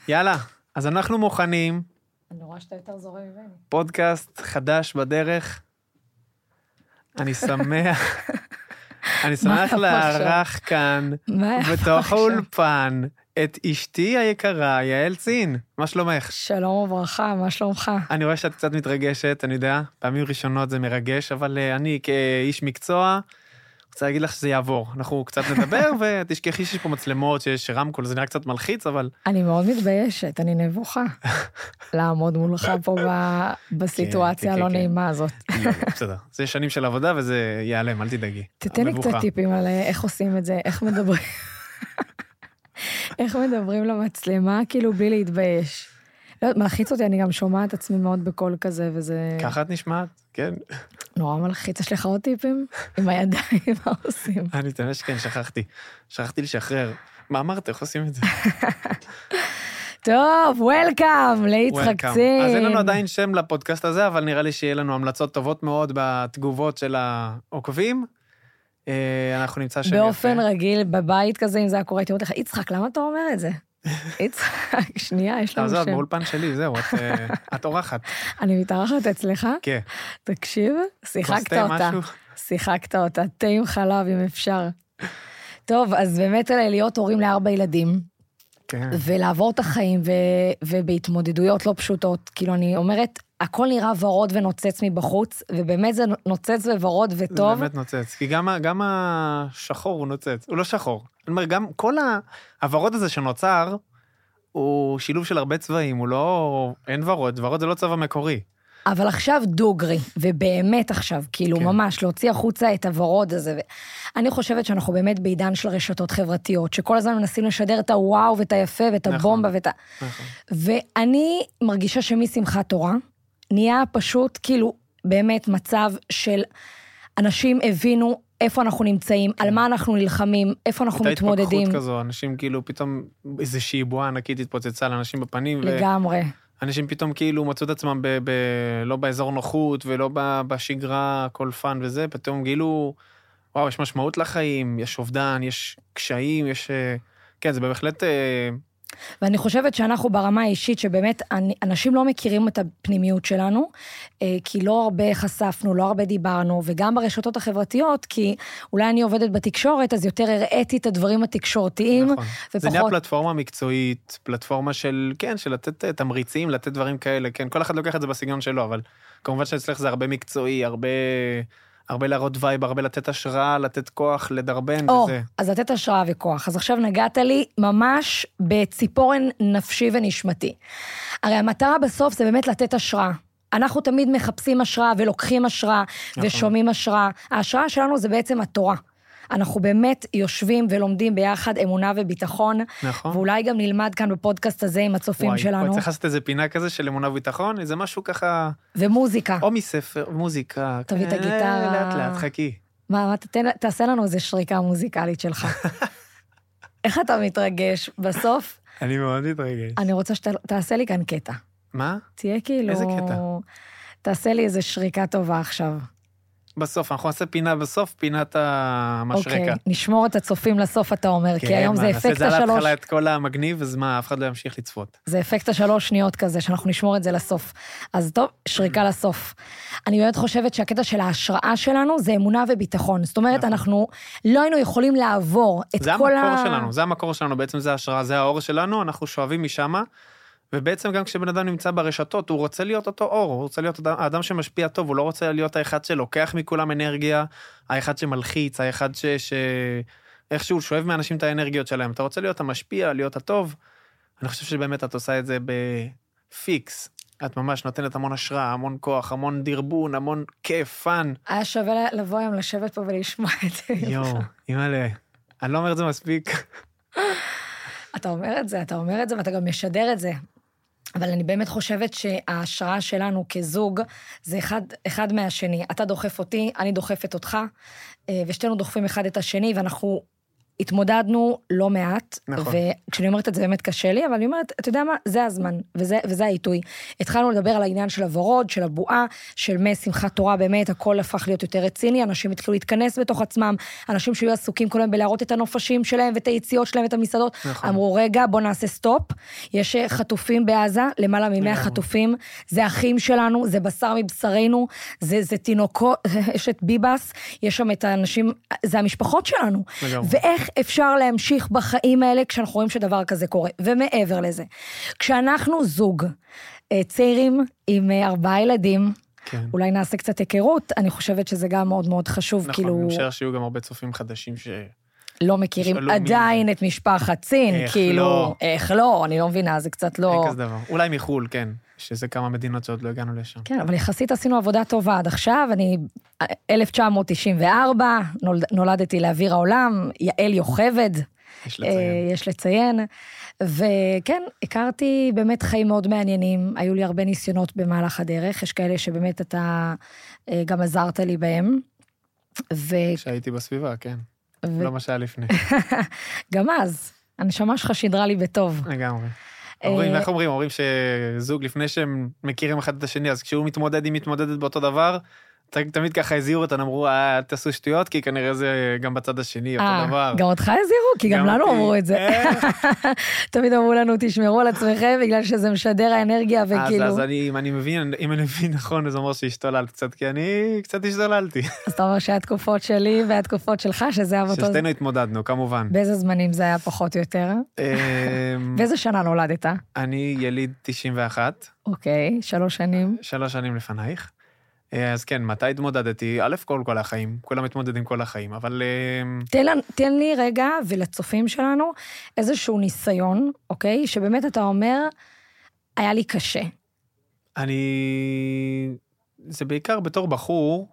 יאללה, אז אנחנו מוכנים. אני רואה שאתה יותר זורם ממני. פודקאסט חדש בדרך. אני שמח לארח כאן, בתוך האולפן, את אשתי היקרה, יעל צין. מה שלומך? שלום וברכה, מה שלומך? אני רואה שאת קצת מתרגשת, אני יודע, פעמים ראשונות זה מרגש, אבל אני כאיש מקצוע, רוצה להגיד לך שזה יעבור. אנחנו קצת נדבר, ותשכחי שיש פה מצלמות, שיש רמקול, זה נראה קצת מלחיץ, אבל... אני מאוד מתביישת, אני נבוכה. לעמוד מולך פה בסיטואציה הלא נעימה הזאת. לא, בסדר. זה שנים של עבודה, וזה ייעלם, אל תדאגי. תתן לי קצת טיפים על איך עושים את זה, איך מדברים. איך מדברים למצלמה, כאילו בלי להתבייש. מלחיץ אותי, אני גם שומעת עצמי מאוד בקול כזה, וזה... ככה את נשמעת? כן. נורא מלחיץ, יש לך עוד טיפים? עם הידיים, מה עושים? אני תמש, כן, שכחתי לשחרר. מה אמרת, איך עושים את זה? טוב, וולקאם, ליצחק צין. אז אין לנו עדיין שם לפודקאסט הזה, אבל נראה לי שיהיה לנו המלצות טובות מאוד בתגובות של העוקבים. אנחנו נמצא שם יפה. באופן רגיל, בבית כזה, אם זה היה קורה, הייתי אומרת לך, יצחק, למה אתה אומר את זה? יצחק, שנייה, יש לנו שם. זהו, באולפן שלי, זהו, את אורחת. אני מתארחת אצלך? כן. תקשיב, שיחקת אותה, תה עם חלב אם אפשר. טוב, אז באמת להיות הורים ל4 ילדים, ולעבור את החיים, ובהתמודדויות לא פשוטות, כאילו אני אומרת, הכל נראה ורוד ונוצץ מבחוץ, ובאמת זה נוצץ וורוד וטוב. זה באמת נוצץ, כי גם השחור הוא נוצץ, הוא לא שחור. אני אומר, גם כל הוורוד הזה שנוצר, הוא שילוב של הרבה צבעים, הוא לא, אין ורוד זה לא צבע מקורי. אבל עכשיו דוגרי, ובאמת עכשיו, כאילו ממש להוציא החוצה את הוורוד הזה. אני חושבת שאנחנו באמת בעידן של רשתות חברתיות, שכל הזמן מנסים לשדר את הוואו ואת היפה ואת הבומבה ואת ה... ואני מרגישה שמשמחת תורה, נהיה פשוט כאילו באמת מצב של אנשים הבינו איפה אנחנו נמצאים, על מה אנחנו נלחמים, איפה אנחנו מתמודדים. הייתה התפתחות כזו, אנשים כאילו פתאום איזושהי בועה ענקית התפוצצה לאנשים בפנים. לגמרי. אנשים פתאום כאילו מצאו את עצמם לא באזור נוחות ולא בשגרה, כל פן וזה, פתאום גילו, וואו, יש משמעות לחיים, יש אובדן, יש קשיים, יש... כן, זה בהחלט... ואני חושבת שאנחנו ברמה האישית, שבאמת אנשים לא מכירים את הפנימיות שלנו, כי לא הרבה חשפנו, לא הרבה דיברנו, וגם ברשתות החברתיות, כי אולי אני עובדת בתקשורת, אז יותר הראיתי את הדברים התקשורתיים, נכון. זה נהיה פלטפורמה מקצועית, פלטפורמה של, כן, של לתת תמריצים, לתת דברים כאלה, כן, כל אחד לוקח את זה בסגנון שלו, אבל כמובן שאצלך זה הרבה מקצועי, הרבה להראות וייב, הרבה לתת השראה, לתת כוח, לדרבן וזה. אז לתת השראה וכוח. אז עכשיו נגעת לי ממש בציפורן נפשי ונשמתי. הרי המטרה בסוף זה באמת לתת השראה. אנחנו תמיד מחפשים השראה ולוקחים השראה ושומעים השראה. ההשראה שלנו זה בעצם התורה. אנחנו באמת יושבים ולומדים ביחד אמונה וביטחון, ואולי גם נלמד כאן בפודקאסט הזה עם הצופים שלנו. צריך לעשות איזה פינה כזה של אמונה וביטחון, איזה משהו ככה... ומוזיקה. או מספר, מוזיקה. תביא את הגיטרה. לאט לאט, חכי. מה, תעשה לנו איזה שריקה מוזיקלית שלך. איך אתה מתרגש? בסוף... אני מאוד מתרגש. אני רוצה שתעשה לי כאן קטע. מה? תהיה כאילו... איזה קטע? תעשה לי איזה שריקה טובה עכשיו. בסוף, אנחנו נעשה פינה בסוף, פינת המשרקה. אוקיי, נשמור את הצופים לסוף, אתה אומר, כי היום זה אפקט נעשה את זה על ההתחלה את כל המגניב, אז מה, אף אחד לא ימשיך לצפות. זה אפקט 3 שניות כזה, שאנחנו נשמור את זה לסוף. אז טוב, שריקה לסוף. אני באמת חושבת שהקטע של ההשראה שלנו, זה אמונה וביטחון. זאת אומרת, אנחנו לא היינו יכולים לעבור את כל זה המקור שלנו, בעצם זה ההשראה, זה האור שלנו, אנחנו שואבים משם, ובעצם גם כשבן אדם נמצא ברשתות, הוא רוצה להיות אותו אור, הוא רוצה להיות האדם שמשפיע טוב, הוא לא רוצה להיות האחד שלוקח מכולם אנרגיה, האחד שמלחיץ, האחד איכשהו שואב מאנשים את האנרגיות שלהם. אתה רוצה להיות המשפיע, להיות הטוב. אני חושב שבאמת את עושה את זה בפיקס. את ממש נותנת המון השראה, המון כוח, המון דרבון, המון כיף, פן. היה שווה לבוא היום לשבת פה ולשמוע את זה. יואו, אימא'לה, אני לא אומר את זה מספיק. אתה אומר את זה, ואתה גם משדר את זה. אבל אני באמת חושבת שההשראה שלנו כזוג, זה אחד מהשני. אתה דוחף אותי, אני דוחפת אותך, ושתינו דוחפים אחד את השני, ואנחנו התמודדנו לא מעט, נכון. וכשאני אומרת את זה באמת קשה לי, אבל אני אומרת, אתה יודע מה, זה הזמן, וזה העיתוי. התחלנו לדבר על העניין של הוורוד, של הבועה, של שמחת תורה, באמת, הכל הפך להיות יותר רציני, אנשים התחילו להתכנס בתוך עצמם, אנשים שהיו עסוקים כל היום בלהראות את הנופשים שלהם, ואת היציאות שלהם, ואת המסעדות, נכון. אמרו, רגע, בוא נעשה סטופ, יש חטופים בעזה, למעלה מ100 חטופים, זה אחים שלנו, זה בשר מבשרנו, זה תינוקות, יש את ביבס, יש שם את האנשים, זה המשפחות שלנו, ואיך אפשר להמשיך בחיים האלה כשאנחנו רואים שדבר כזה קורה, ומעבר לזה, כשאנחנו זוג צעירים עם 4 ילדים, כן. אולי נעשה קצת היכרות, אני חושבת שזה גם מאוד מאוד חשוב, נכון, כאילו... אני חושב שיהיו גם הרבה צופים חדשים לא מכירים עדיין את משפחת צין, כאילו, איך לא, אני לא מבינה, זה קצת לא... אין כזה דבר. אולי מחול, כן, שזה כמה מדינות שעוד לא הגענו לשם. כן, אבל יחסית עשינו עבודה טובה עד עכשיו, אני 1994, נולדתי לאוויר העולם, יעל יוכבד, יש לציין, וכן, הכרתי באמת חיים מאוד מעניינים, היו לי הרבה ניסיונות במהלך הדרך, יש כאלה שבאמת אתה גם עזרת לי בהם, כשהייתי בסביבה, כן. לא מה שהיה לפני. גם אז, הנשמה שלך שידרה לי בטוב. לגמרי. איך אומרים? אומרים שזוג לפני שהם מכירים אחד את השני, אז כשהוא מתמודד, היא מתמודדת באותו דבר, תמיד ככה הזהירו אותנו, אמרו, תעשו שטויות, כי כנראה זה גם בצד השני, אותו דבר. גם אותך הזהירו? כי גם לנו אמרו את זה. תמיד אמרו לנו, תשמרו על עצמכם, בגלל שזה משדר האנרגיה, וכאילו... אז אם אני מבין נכון, אז אומר שהשתוללת קצת, כי אני קצת השתוללתי. אז אתה אומר שהתקופות שלי והתקופות שלך, שזה היה אותו... ששתינו התמודדנו, כמובן. באיזה זמנים זה היה פחות או יותר? באיזה שנה נולדת? אני יליד 91. אוקיי, 3 שנים. 3 שנים לפנייך. אז כן, מתי התמודדתי? א' כל החיים, כולם מתמודדים כל החיים, אבל... תן לי רגע, ולצופים שלנו, איזשהו ניסיון, אוקיי? שבאמת אתה אומר, היה לי קשה. זה בעיקר בתור בחור,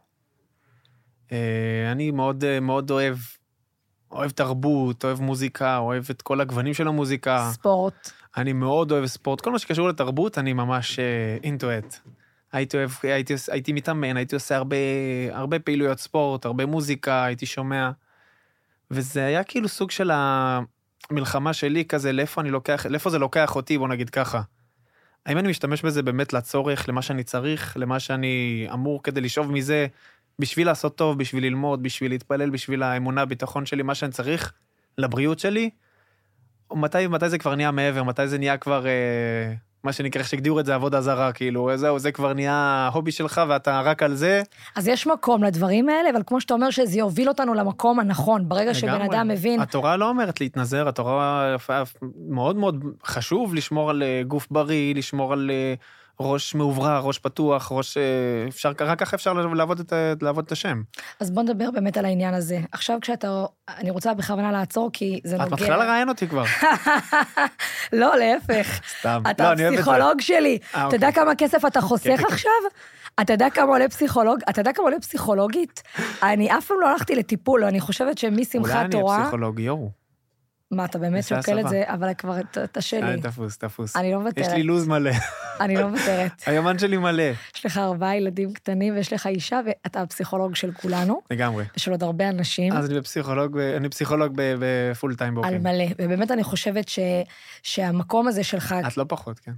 אני מאוד אוהב תרבות, אוהב מוזיקה, אוהב את כל הגוונים של המוזיקה. ספורט. אני מאוד אוהב ספורט, כל מה שקשור לתרבות, אני ממש into it. הייתי מתאמן, הייתי עושה הרבה פעילויות ספורט, הרבה מוזיקה, הייתי שומע, וזה היה כאילו סוג של המלחמה שלי כזה, לאיפה זה לוקח אותי, בוא נגיד ככה. האם אני משתמש בזה באמת לצורך, למה שאני צריך, למה שאני אמור כדי לשאוב מזה, בשביל לעשות טוב, בשביל ללמוד, בשביל להתפלל, בשביל האמונה, ביטחון שלי, מה שאני צריך, לבריאות שלי, או מתי זה כבר נהיה מעבר, מתי זה נהיה כבר... מה שנקרא, שגדירו את זה עבודה זרה, כאילו, זהו, זה כבר נהיה הובי שלך, ואתה רק על זה. אז יש מקום לדברים האלה, אבל כמו שאתה אומר שזה יוביל אותנו למקום הנכון, ברגע שבן אדם מבין... התורה לא אומרת להתנזר, התורה מאוד מאוד חשוב לשמור על גוף בריא, לשמור על ראש מעוברר, ראש פתוח, רק ככה אפשר לעבוד את השם. אז בוא נדבר באמת על העניין הזה. עכשיו אני רוצה בכוונה לעצור, כי זה נוגע... את מתחילה לראיין אותי כבר. לא, להפך. סתם. אתה הפסיכולוג שלי. אתה יודע כמה כסף אתה חוסך עכשיו? אתה יודע כמה עולה פסיכולוג? אתה יודע כמה עולה פסיכולוגית? אני אף פעם לא הלכתי לטיפול, אני חושבת שמשמחת תורה... אולי אני הפסיכולוג, יורו. מה, אתה באמת שוקל את זה, אבל כבר אתה שלי. תפוס. אני לא מוותרת. יש לי לוז מלא. אני לא מוותרת. היומן שלי מלא. יש לך 4 ילדים קטנים, ויש לך אישה, ואתה הפסיכולוג של כולנו. לגמרי. ושל עוד הרבה אנשים. אז אני פסיכולוג בפול טיים בוקר. על מלא, ובאמת אני חושבת שהמקום הזה שלך... את לא פחות, כן.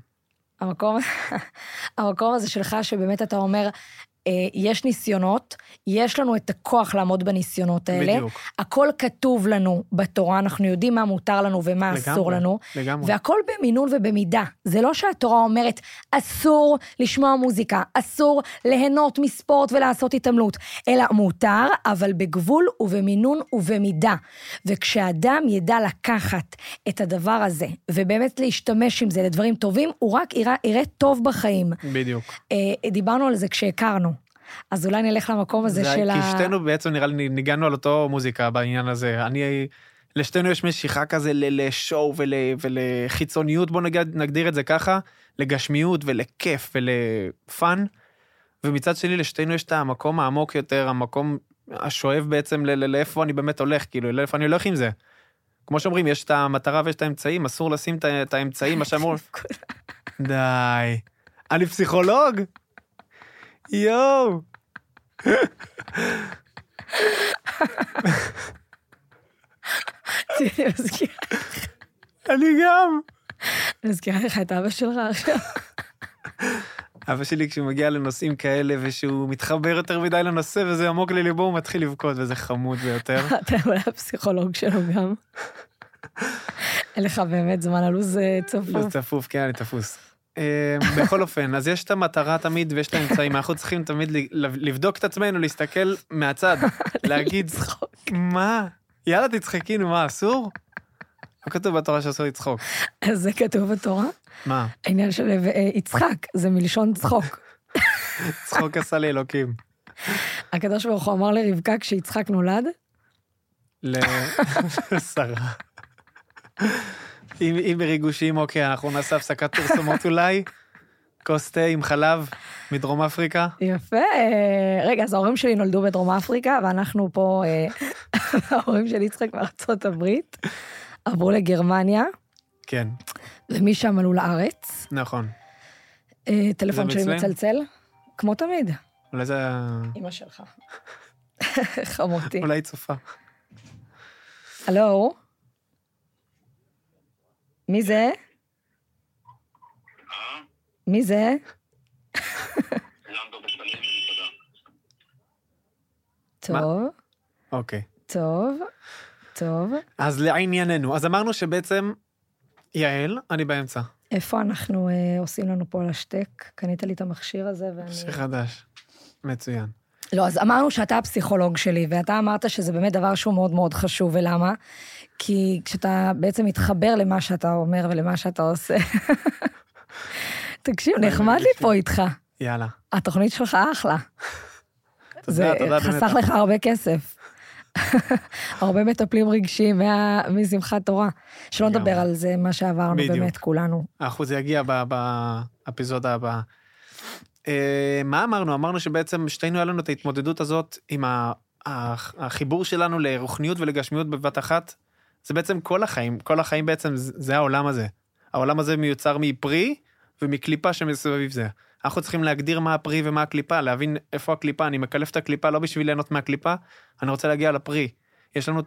המקום הזה שלך, שבאמת אתה אומר... יש ניסיונות, יש לנו את הכוח לעמוד בניסיונות האלה. בדיוק. הכל כתוב לנו בתורה, אנחנו יודעים מה מותר לנו ומה אסור לנו. לגמרי. והכל במינון ובמידה. זה לא שהתורה אומרת, אסור לשמוע מוזיקה, אסור ליהנות מספורט ולעשות התעמלות, אלא מותר, אבל בגבול ובמינון ובמידה. וכשאדם ידע לקחת את הדבר הזה, ובאמת להשתמש עם זה לדברים טובים, הוא רק יראה טוב בחיים. בדיוק. דיברנו על זה כשהכרנו. אז אולי נלך למקום הזה של כי שתינו בעצם נראה לי ניגענו על אותו מוזיקה בעניין הזה. לשתינו יש משיכה כזה לשואו ולחיצוניות, בוא נגדיר את זה ככה, לגשמיות ולכיף ולפן, ומצד שני לשתינו יש את המקום העמוק יותר, המקום השואב בעצם לאיפה אני באמת הולך, כאילו לאיפה אני הולך עם זה. כמו שאומרים, יש את המטרה ויש את האמצעים, אסור לשים את האמצעים, מה שאמרו. די. אני פסיכולוג? יואו. אני מזכירה. אני גם. אני מזכירה לך את אבא שלך עכשיו. אבא שלי כשהוא מגיע לנושאים כאלה, ושהוא מתחבר יותר מדי לנושא, וזה עמוק לליבו, הוא מתחיל לבכות, וזה חמוד ביותר. אתה אולי הפסיכולוג שלו גם. אין לך באמת זמן הלו"ז צפוף. לו"ז צפוף, כן, אני תפוס. בכל אופן, אז יש את המטרה תמיד, ויש את האמצעים, אנחנו צריכים תמיד לבדוק את עצמנו, להסתכל מהצד, להגיד, מה? יאללה תצחקינו, מה, אסור? לא כתוב בתורה שאסור לצחוק. אז זה כתוב בתורה? מה? העניין של יצחק, זה מלשון צחוק. צחוק עשה לאלוקים. הקדוש ברוך הוא אמר לרבקה כשיצחק נולד? לשרה. אם בריגושים, אוקיי, אנחנו נעשה הפסקת פרסומות אולי, כוס תה עם חלב מדרום אפריקה. יפה. רגע, אז ההורים שלי נולדו בדרום אפריקה, ואנחנו פה, ההורים של יצחק מארצות הברית, עברו לגרמניה. כן. ומשם עלו לארץ. נכון. טלפון שלי מצלצל, כמו תמיד. אולי זה... אמא שלך. חמותי. אולי צופה. הלו? מי זה? מי זה? טוב. אוקיי. טוב. טוב. אז לענייננו. אז אמרנו שבעצם, יעל, אני באמצע. איפה אנחנו עושים לנו פה על השטק? קנית לי את המכשיר הזה ואני... מכשיר חדש. מצוין. לא, אז אמרנו שאתה הפסיכולוג שלי, ואתה אמרת שזה באמת דבר שהוא מאוד מאוד חשוב, ולמה? כי כשאתה בעצם מתחבר למה שאתה אומר ולמה שאתה עושה, תקשיב, נחמד לי פה איתך. יאללה. התוכנית שלך אחלה. תודה, תודה. חסך לך הרבה כסף. הרבה מטפלים רגשיים משמחת תורה. שלא נדבר על זה, מה שעברנו באמת כולנו. זה יגיע באפיזודה הבאה. מה אמרנו? אמרנו שבעצם שתינו היה לנו את ההתמודדות הזאת עם החיבור שלנו לרוחניות ולגשמיות בבת אחת. זה בעצם כל החיים בעצם זה העולם הזה. העולם הזה מיוצר מפרי ומקליפה שמסביב זה. אנחנו צריכים להגדיר מה הפרי ומה הקליפה, להבין איפה הקליפה, אני מקלף את הקליפה לא בשביל ליהנות מהקליפה, אני רוצה להגיע לפרי. יש לנו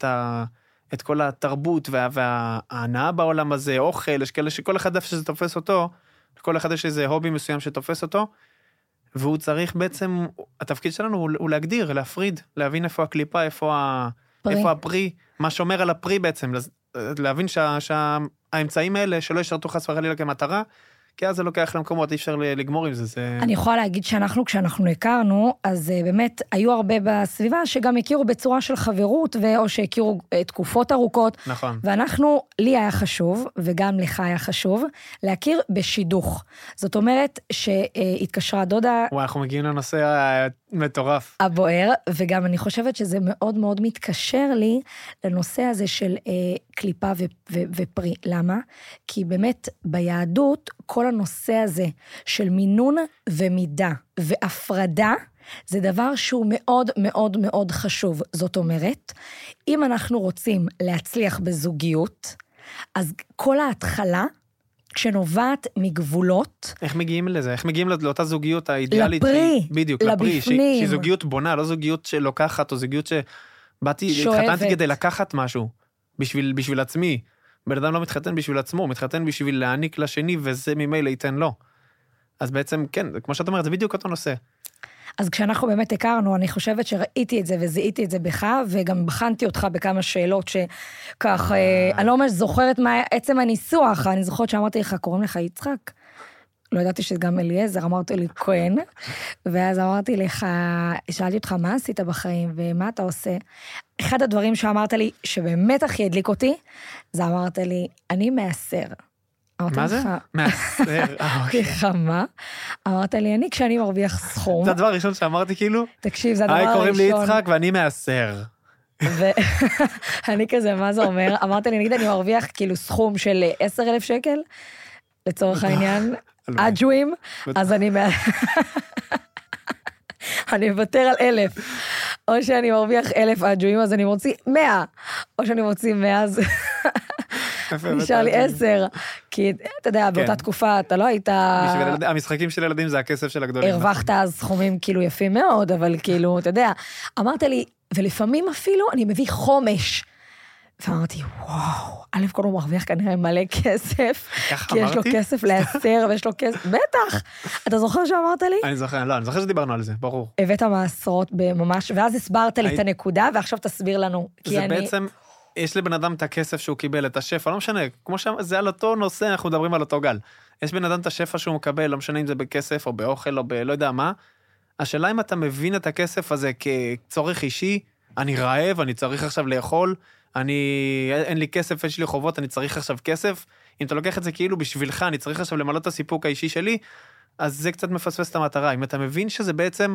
את כל התרבות וההנאה בעולם הזה, אוכל, יש כאלה שכל אחד איפה שזה תופס אותו, לכל אחד יש איזה הובי מסוים שתופס אותו, והוא צריך בעצם, התפקיד שלנו הוא להגדיר, להפריד, להבין איפה הקליפה, איפה הפרי, מה שומר על הפרי בעצם, להבין שהאמצעים האלה שלא ישרתו חס וחלילה כמטרה, כי אז זה לוקח למקומות, אי אפשר לגמור עם זה. אני יכולה להגיד כשאנחנו הכרנו, אז באמת היו הרבה בסביבה שגם הכירו בצורה של חברות, או שהכירו תקופות ארוכות. נכון. ואנחנו, לי היה חשוב, וגם לך היה חשוב, להכיר בשידוך. זאת אומרת שהתקשרה דודה... וואי, אנחנו מגיעים לנושא המטורף. הבוער, וגם אני חושבת שזה מאוד מאוד מתקשר לי לנושא הזה של קליפה ופרי. למה? כי באמת ביהדות, כל הנושא הזה של מינון ומידה והפרדה, זה דבר שהוא מאוד מאוד מאוד חשוב. זאת אומרת, אם אנחנו רוצים להצליח בזוגיות, אז כל ההתחלה, כשנובעת מגבולות... איך מגיעים לזה? איך מגיעים לאותה זוגיות האידיאלית? לפרי, בדיוק, לפרי, שהיא זוגיות בונה, לא זוגיות שלוקחת, או זוגיות התחתנתי כדי לקחת משהו, בשביל עצמי. בן אדם לא מתחתן בשביל עצמו, הוא מתחתן בשביל להעניק לשני, וזה ממילא ייתן לו. אז בעצם, כן, כמו שאת אומרת, זה בדיוק אותו נושא. אז כשאנחנו באמת הכרנו, אני חושבת שראיתי את זה וזיהיתי את זה בך, וגם בחנתי אותך בכמה שאלות שכך, אני לא ממש זוכרת מה עצם הניסוח, אני זוכרת שאמרתי לך, קוראים לך יצחק? לא ידעתי שגם אליעזר, אמרתי לי כהן, ואז אמרתי לך, שאלתי אותך, מה עשית בחיים ומה אתה עושה? אחד הדברים שאמרת לי, שבאמת הכי הדליק אותי, זה אמרת לי, אני מאסר. מה זה? מאסר. מה? אמרת לי, אני כשאני מרוויח סכום. זה הדבר הראשון שאמרתי כאילו? תקשיב, זה הדבר הראשון. קוראים לי יצחק ואני מאסר. ואני כזה, מה זה אומר? אמרת לי, נגיד אני מרוויח כאילו סכום של 10,000 שקל, לצורך העניין, אג'ויים, אז אני מוותר על 1,000. או שאני מרוויח 1,000 אג'ויים, אז אני מוציא 100. או שאני מוציא 100, אז נשאר לי 10. כי אתה יודע, באותה תקופה אתה לא היית... המשחקים של ילדים זה הכסף של הגדולים. הרווחת אז סכומים כאילו יפים מאוד, אבל כאילו, אתה יודע, אמרת לי, ולפעמים אפילו אני מביא חומש. ואמרתי, וואו, א' כל הוא מרוויח כנראה מלא כסף, ככה כי יש לו אמרתי? כסף להסר, ויש לו כסף, בטח. אתה זוכר שאמרת לי? אני זוכר, לא, אני זוכר שדיברנו על זה, ברור. הבאת מעשרות ממש, ואז הסברת לי את הנקודה, ועכשיו תסביר לנו. זה בעצם, יש לבן אדם את הכסף שהוא קיבל, את השפע, לא משנה, כמו שזה על אותו נושא, אנחנו מדברים על אותו גל. יש בן אדם את השפע שהוא מקבל, לא משנה אם זה בכסף, או באוכל, או לא יודע מה. השאלה אם אתה מבין את הכסף הזה כצורך אישי, אני רעב, אני צריך עכשיו לאכול, אין לי כסף, יש לי חובות, אני צריך עכשיו כסף. אם אתה לוקח את זה כאילו בשבילך, אני צריך עכשיו למלא את הסיפוק האישי שלי, אז זה קצת מפספס את המטרה. אם אתה מבין שזה בעצם,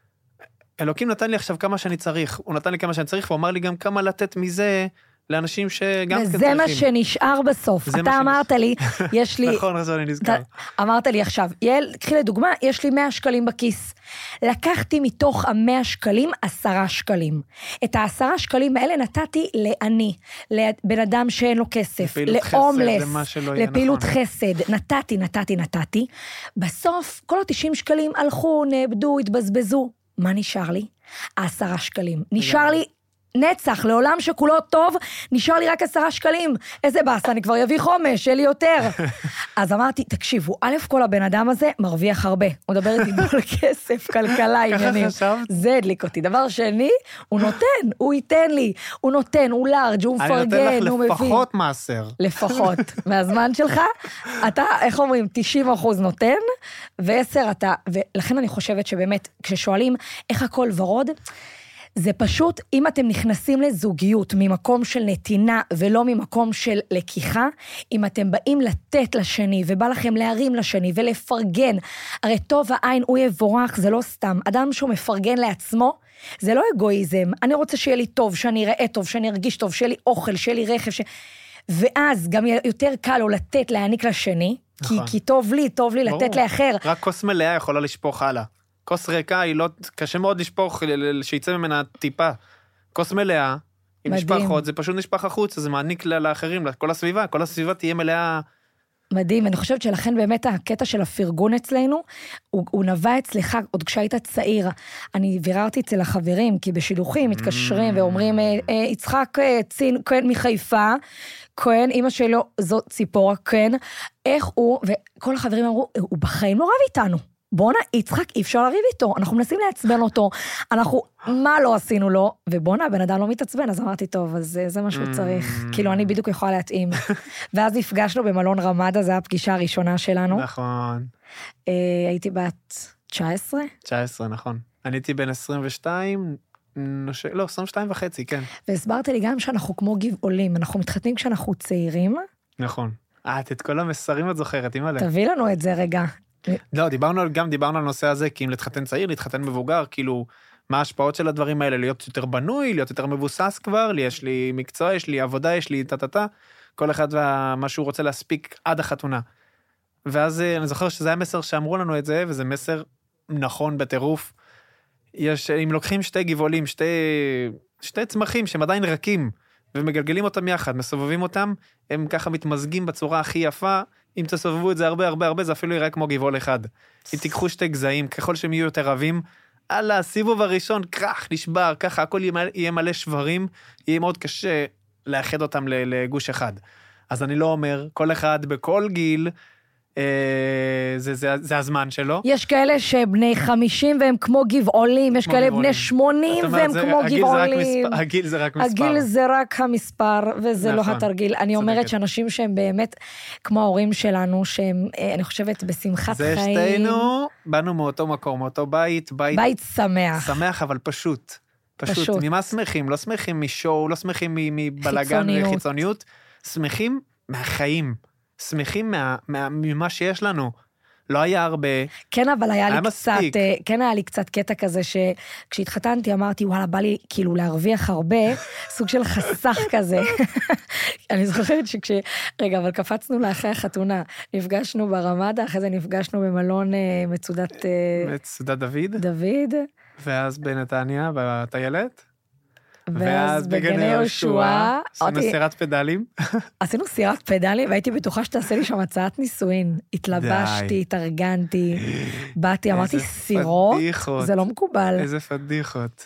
אלוקים נתן לי עכשיו כמה שאני צריך, הוא נתן לי כמה שאני צריך, והוא אמר לי גם כמה לתת מזה לאנשים שגם כן צריכים. וזה מה שנשאר בסוף. אתה אמרת לי, יש לי... נכון, אז אני נזכר. אמרת לי עכשיו, יעל, קחי לדוגמה, יש לי 100 שקלים בכיס. לקחתי מתוך ה100 שקלים 10 שקלים. את ה10 שקלים האלה נתתי לעני, לבן אדם שאין לו כסף, להומלס, לפעילות חסד. נתתי. בסוף, כל ה90 שקלים הלכו, נאבדו, התבזבזו. מה נשאר לי? 10 שקלים. נשאר לי נצח, לעולם שכולו טוב, נשאר לי רק 10 שקלים. איזה באסה, אני כבר יביא חומש, יהיה לי יותר. אז אמרתי, תקשיבו, א' כל הבן אדם הזה מרוויח הרבה. הוא מדבר איתי על כסף, כלכלה, עניינים. זה הדליק אותי. דבר שני, הוא נותן, הוא ייתן לי. הוא נותן, הוא לארג', הוא מפרגן, הוא מביא. אני נותן לך לפחות מעשר. לפחות. מהזמן שלך, אתה, איך אומרים, 90% נותן, ו10 אתה, ולכן אני חושבת שבאמת, כששואלים איך הכל ורוד, זה פשוט, אם אתם נכנסים לזוגיות ממקום של נתינה ולא ממקום של לקיחה, אם אתם באים לתת לשני ובא לכם להרים לשני ולפרגן, הרי טוב העין הוא יבורך, זה לא סתם. אדם שהוא מפרגן לעצמו, זה לא אגואיזם. אני רוצה שיהיה לי טוב, שאני אראה טוב, שאני ארגיש טוב, שיהיה לי אוכל, שיהיה לי רכב, ואז גם יותר קל לו לתת להעניק לשני, נכון. כי טוב לי לתת לאחר. רק כוס מלאה יכולה לשפוך הלאה. כוס ריקה היא לא, קשה מאוד לשפוך, שיצא ממנה טיפה. כוס מלאה, עם משפחות, זה פשוט נשפך החוץ, זה מעניק לאחרים, כל הסביבה תהיה מלאה. מדהים, אני חושבת שלכן באמת הקטע של הפרגון אצלנו, הוא נבע אצלך, עוד כשהיית צעיר, אני ביררתי אצל החברים, כי בשילוחים מתקשרים ואומרים, יצחק צין, כהן מחיפה, כהן, אמא שלו, זו ציפורה, כהן, איך הוא, וכל החברים אמרו, הוא בחיים לא רב איתנו. בונה, יצחק, אי אפשר לריב איתו, אנחנו מנסים לעצבן אותו, מה לא עשינו לו, ובונה, הבן אדם לא מתעצבן, אז אמרתי, טוב, אז זה מה שהוא צריך, כאילו, אני בדיוק יכולה להתאים. ואז נפגשנו במלון רמדה, זו הפגישה הראשונה שלנו. נכון. הייתי בת 19? 19, נכון. אני הייתי בן 22, 22 וחצי, כן. והסברת לי גם שאנחנו כמו גבעולים, אנחנו מתחתנים כשאנחנו צעירים. נכון. את כל המסרים את זוכרת, אימא'לה. תביא לנו את זה רגע. לא, דיברנו על הנושא הזה, כי אם להתחתן צעיר, להתחתן מבוגר, כאילו, מה ההשפעות של הדברים האלה, להיות יותר בנוי, להיות יותר מבוסס כבר, יש לי מקצוע, יש לי עבודה, יש לי טטטה, כל אחד ומה שהוא רוצה להספיק עד החתונה. ואז אני זוכר שזה היה מסר שאמרו לנו את זה, וזה מסר נכון בטירוף. אם לוקחים שתי גבעולים, שתי צמחים שהם עדיין רכים, ומגלגלים אותם יחד, מסובבים אותם, הם ככה מתמזגים בצורה הכי יפה, אם תסובבו את זה הרבה, זה אפילו יראה כמו גבעול אחד. אם תיקחו שתי גזעים, ככל שהם יהיו יותר רבים, הסיבוב הראשון, קרח, נשבר, ככה, הכל יהיה מלא שברים, יהיה מאוד קשה לאחד אותם לגוש אחד. אז אני לא אומר, כל אחד בכל גיל, זה הזמן שלו. יש כאלה שבני 50 והם כמו גבעולים, יש כאלה בני 80 והם כמו גבעולים. הגיל זה רק מספר. הגיל זה רק המספר, וזה לא התרגיל. אני אומרת שאנשים שהם באמת, כמו ההורים שלנו, שהם, אני חושבת, בשמחת חיים. זה שתינו, באנו מאותו מקום, מאותו בית. בית שמח. שמח, אבל פשוט. ממה שמחים? לא שמחים משואו, לא שמחים מבלגן וחיצוניות, שמחים מהחיים. שמחים ממה שיש לנו. לא היה הרבה. כן, אבל היה לי קצת קטע כזה שכשהתחתנתי אמרתי, וואלה, בא לי כאילו להרוויח הרבה, סוג של חסך כזה. אני זוכרת רגע, אבל קפצנו לאחרי החתונה, נפגשנו ברמדה, אחרי זה נפגשנו במלון מצודת דוד. ואז בנתניה, בטיילת. ואז בגני יהושע, עשינו סירת פדלים. עשינו סירת פדלים, והייתי בטוחה שתעשה לי שם הצעת נישואין. התלבשתי, התארגנתי, באתי, אמרתי סירות, זה לא מקובל. איזה פדיחות.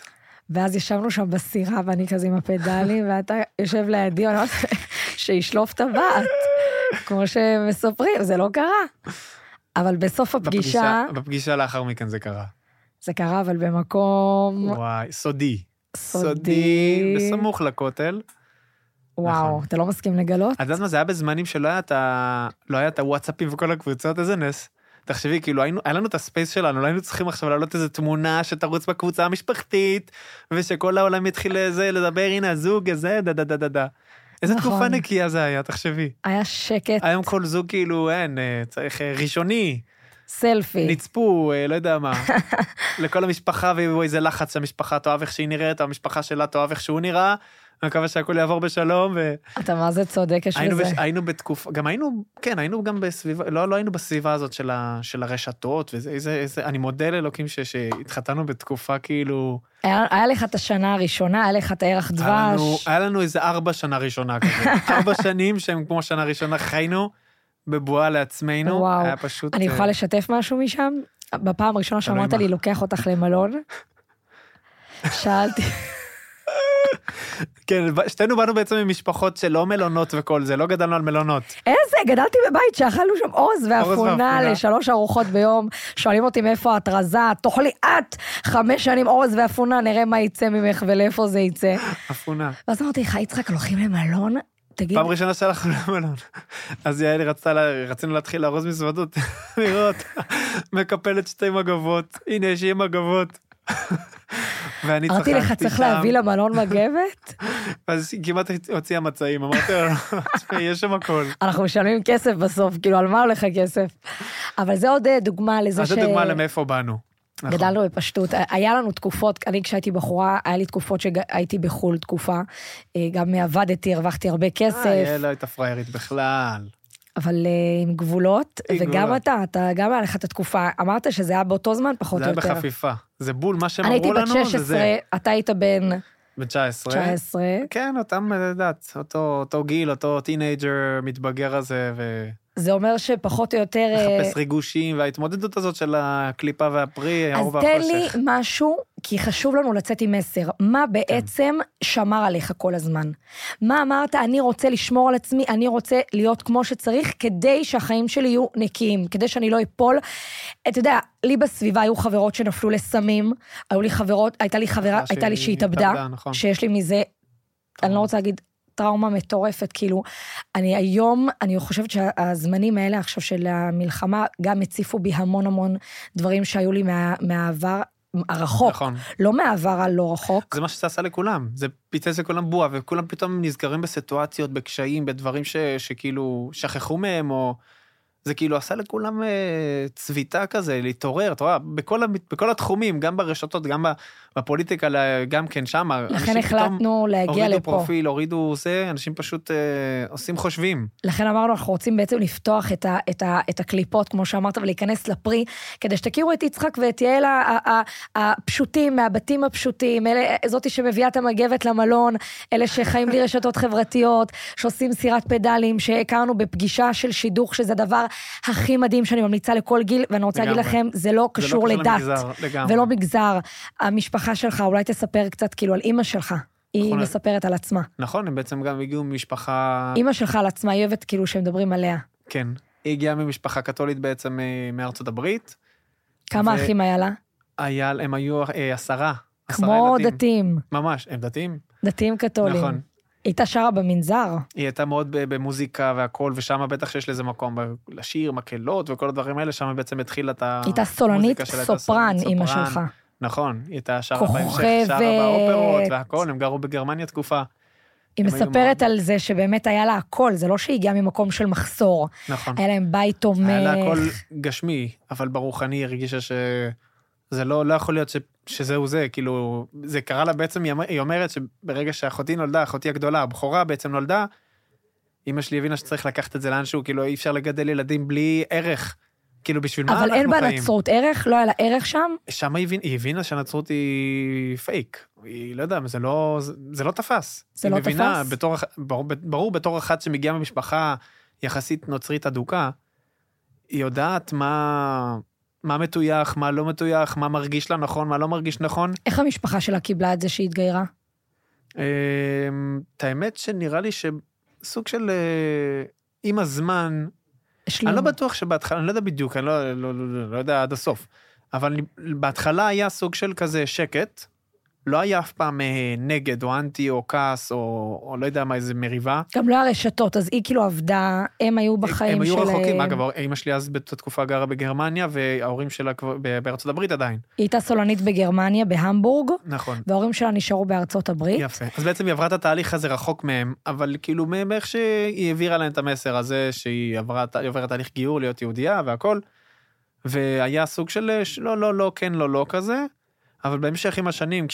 ואז ישבנו שם בסירה, ואני כזה עם הפדלים, ואתה יושב לידי, ואני אומרת, שישלוף את הבת, כמו שמספרים, זה לא קרה. אבל בסוף הפגישה... בפגישה לאחר מכן זה קרה. זה קרה, אבל במקום... וואי, סודי, בסמוך לכותל. וואו, אתה לא מסכים לגלות? את יודעת מה, זה היה בזמנים שלא היה את הוואטסאפים וכל הקבוצות, איזה נס. תחשבי, כאילו, היה לנו את הספייס שלנו, לא היינו צריכים עכשיו לעלות איזו תמונה שתרוץ בקבוצה המשפחתית, ושכל העולם יתחיל לדבר, הנה הזוג, איזה, דה. איזה תקופה נקייה זה היה, תחשבי. היה שקט. היום כל זוג כאילו, צריך ראשוני. סלפי. נצפו, לא יודע מה. לכל המשפחה, ויבוא איזה לחץ שהמשפחה תאהב איך שהיא נראית, או המשפחה שלה תאהב איך שהוא נראה, אני מקווה שהכל יעבור בשלום. אתה מה זה צודק, יש בזה. היינו בתקופה, גם היינו גם בסביבה, לא היינו בסביבה הזאת של הרשתות, אני מודה לאלוקים שהתחתנו בתקופה כאילו... היה לך את השנה הראשונה, היה לך את הערך דבש. היה לנו איזה 4 שנה ראשונה כזה. 4 שנים שהם כמו שנה ראשונה חיינו, בבואה לעצמנו. היה פשוט... אני יכולה לשתף משהו משם? בפעם הראשונה שאמרת לי, לוקח אותך למלון. שאלתי... כן, שתינו באנו בעצם ממשפחות שלא מלונות וכל זה, לא גדלנו על מלונות. איזה, גדלתי בבית שאכלנו שם עוז ואפונה ל3 ארוחות ביום, שואלים אותי מאיפה את רזה, תאכלי את 5 שנים עוז ואפונה, נראה מה יצא ממך ולאיפה זה יצא. אפונה. ואז אמרתי, יצחק, הולכים למלון? תגיד. פעם ראשונה שהלכנו למלון. אז יעלי רצינו להתחיל לארוז מזוודות, לראות, מקפלת 2 מגבות, הנה יש 2 מגבות. ואני אמרתי לך, צריך להביא למלון מגבת? אז כמעט הוציאה מצעים, אמרתי לו, יש שם הכל. אנחנו משלמים כסף בסוף, כאילו, על מה הולך הכסף? אבל זה עוד דוגמה לזה ש... אז זה דוגמה למאיפה באנו. גדלנו בפשטות. היה לנו תקופות, אני כשהייתי בחורה, היה לי תקופות שהייתי בחול תקופה, גם עבדתי, הרווחתי הרבה כסף. לא הייתה פריירית בכלל. אבל עם גבולות, וגם אתה גם היה לך את התקופה, אמרת שזה היה באותו זמן פחות או יותר. זה היה בחפיפה. זה בול, מה שהם אמרו לנו, זה זה. אני הייתי בת 16, אתה היית בן... ב-19. כן, אותם, לדעת, אותו גיל, אותו טינג'ר מתבגר הזה, זה אומר שפחות או יותר... לחפש ריגושים, וההתמודדות הזאת של הקליפה והפרי, אז תן לי משהו, כי חשוב לנו לצאת עם מסר. מה בעצם שמר עליך כל הזמן? מה אמרת, אני רוצה לשמור על עצמי, אני רוצה להיות כמו שצריך, כדי שהחיים שלי יהיו נקיים, כדי שאני לא אפול. אתה יודע, לי בסביבה היו חברות שנפלו לסמים, הייתה לי שהתאבדה, שיש לי מזה, אני לא רוצה להגיד, טראומה מטורפת, כאילו, אני חושבת שהזמנים האלה עכשיו של המלחמה, גם הציפו בי המון דברים שהיו לי מהעבר הרחוק, נכון. לא מהעבר הלא רחוק. זה מה שזה עשה לכולם, זה פיצץ לכולם בועה, וכולם פתאום נזכרים בסיטואציות, בקשיים, בדברים שכאילו שכחו מהם, או... זה כאילו עשה לכולם צביטה כזה, להתעורר, אתה רואה, בכל התחומים, גם ברשתות, גם בפוליטיקה, גם כן שם. לכן החלטנו להגיע לפה. הורידו פרופיל, הורידו זה, אנשים פשוט עושים חושבים. לכן אמרנו, אנחנו רוצים בעצם לפתוח את הקליפות, כמו שאמרת, ולהיכנס לפרי, כדי שתכירו את יצחק ואת יעל הפשוטים, מהבתים הפשוטים, זאתי שמביאה את המגבת למלון, אלה שחיים לי רשתות חברתיות, שעושים סירת פדלים, שהכרנו בפגישה של שידוך, שזה דבר הכי מדהים שאני ממליצה לכל גיל, ואני רוצה להגיד לכם, זה לא קשור לדת, ולא מגזר. המשפחה שלך, אולי תספר קצת כאילו על אמא שלך, היא מספרת על עצמה. נכון, הם בעצם גם הגיעו ממשפחה... אמא שלך על עצמה, היא אוהבת כאילו שמדברים עליה. כן, היא הגיעה ממשפחה קתולית בעצם מארצות הברית. כמה אחים היה לה? הם היו 10. כמו דתיים. ממש, הם דתיים. דתיים קתולים. נכון. היא הייתה שרה במנזר. היא הייתה מאוד במוזיקה והכל, ושם בטח שיש לזה מקום לשיר, מקהלות וכל הדברים האלה, שם בעצם התחילה את המוזיקה שלה. הייתה סולנית סופרן, אמא שלך. נכון, היא הייתה שרה בהמשך, שרה באופרות והכל, הם גרו בגרמניה תקופה. היא מספרת על זה שבאמת היה לה הכל, זה לא שהיא הגיעה ממקום של מחסור. נכון. היה להם בית תומך. היה לה הכל גשמי, אבל ברוחני היא הרגישה שזה לא יכול להיות שזהו זה, כאילו, זה קרה לה בעצם, היא אומרת שברגע שאחותי נולדה, אחותי הגדולה, הבכורה בעצם נולדה, אמא שלי הבינה שצריך לקחת את זה לאנשהו, כאילו אי אפשר לגדל ילדים בלי ערך, כאילו בשביל מה אנחנו חיים. אבל אין בנצרות ערך? לא היה לה ערך שם? שם היא הבינה שהנצרות היא פייק, היא לא יודע, זה לא תפס. זה לא תפס? ברור, בתור אחת שמגיעה ממשפחה יחסית נוצרית אדוקה, היא יודעת מה מתויח, מה לא מתויח, מה מרגיש לה נכון, מה לא מרגיש נכון. איך המשפחה שלה קיבלה את זה שהיא התגיירה? את האמת שנראה לי שסוג של, עם הזמן, אני לא בטוח שבהתחלה, אני לא יודע בדיוק, אני לא יודע עד הסוף, אבל בהתחלה היה סוג של כזה שקט, לא היה אף פעם נגד או אנטי או כעס או לא יודע מה, איזה מריבה. גם לא הרשתות, אז היא כאילו עבדה, הם היו בחיים שלהם. הם היו רחוקים, אגב, אמא שלי אז בתקופה גרה בגרמניה, וההורים שלה בארצות הברית עדיין. היא הייתה סולנית בגרמניה, בהמבורג. נכון. וההורים שלה נשארו בארצות הברית. יפה. אז בעצם היא עברה את התהליך הזה רחוק מהם, אבל כאילו מאיך שהיא העבירה להם את המסר הזה, שהיא עוברת תהליך גיור להיות יהודייה והכל, והיה סוג של לא, כן, לא כזה. אבל בהמשך עם השנים,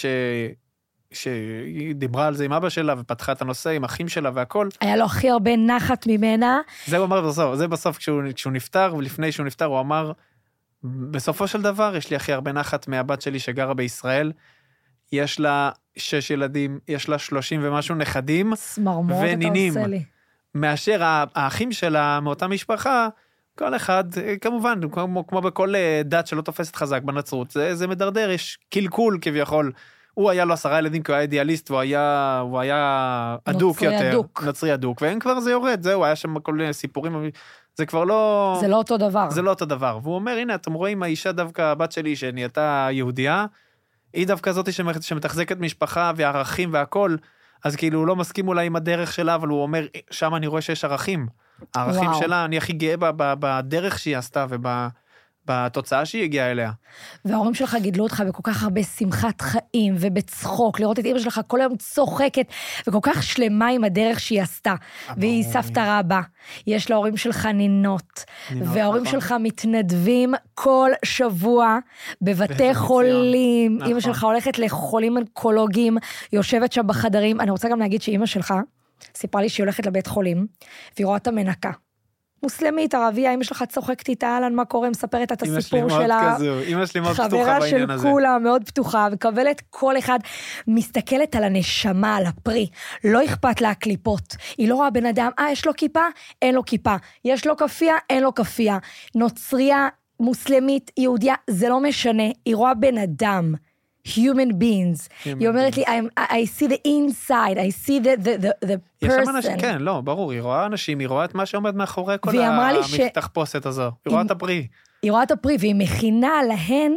כשהיא דיברה על זה עם אבא שלה, ופתחה את הנושא עם אחים שלה והכל. היה לו הכי הרבה נחת ממנה. זה הוא אמר בסוף, זה בסוף כשהוא נפטר, ולפני שהוא נפטר הוא אמר, בסופו של דבר יש לי הכי הרבה נחת מהבת שלי שגרה בישראל, יש לה 6 ילדים, יש לה 30 ומשהו נכדים, ונינים. מאשר האחים שלה מאותה משפחה, כל אחד, כמובן, כמו בכל דת שלא תופסת חזק בנצרות, זה מדרדר, יש קלקול כביכול, הוא היה לו 10 ילדים כי הוא היה אידיאליסט, והוא היה אדוק יותר, נוצרי אדוק, ואין כבר זה יורד, זהו, היה שם כל סיפורים, זה כבר לא... זה לא אותו דבר. זה לא אותו דבר, והוא אומר, הנה, אתם רואים, האישה דווקא, הבת שלי שנהייתה יהודייה, היא דווקא זאת שמתחזקת משפחה והערכים והכל, אז כאילו הוא לא מסכים אולי עם הדרך שלה, אבל הוא אומר, שם אני רואה שיש ערכים. הערכים שלה, אני הכי גאה בדרך שהיא עשתה ובתוצאה שהיא הגיעה אליה. וההורים שלך גידלו אותך בכל כך הרבה שמחת חיים ובצחוק, לראות את אמא שלך כל היום צוחקת וכל כך שלמה עם הדרך שהיא עשתה. והיא סבתא רבא. יש להורים שלך נינות, וההורים שלך מתנדבים כל שבוע בבתי חולים. אמא שלך הולכת לחולים אונקולוגיים, יושבת שם בחדרים. אני רוצה גם להגיד שאמא שלך סיפרה לי שהיא הולכת לבית חולים, והיא רואה את המנקה. מוסלמית, ערבייה, אמא שלך צוחקת איתה, אלן, מה קורה, מספרת את הסיפור שלה. אמא שלי מאוד פתוחה בעניין הזה. חברה של כולה, מאוד פתוחה, מקבלת כל אחד, מסתכלת על הנשמה, על הפרי, לא אכפת לה הקליפות. היא לא רואה בן אדם, יש לו כיפה, אין לו כיפה. יש לו כפייה, אין לו כפייה. נוצריה, מוסלמית, יהודיה, זה לא משנה. היא רואה בן אדם. human beings. היא אומרת לי, I see the inside, I see the person. יש שם אנשים, כן, לא, ברור, היא רואה אנשים, היא רואה את מה שעומד מאחורי כל המתחפושת הזו. היא רואה את הפרי. היא רואה את הפרי, והיא מכינה להן,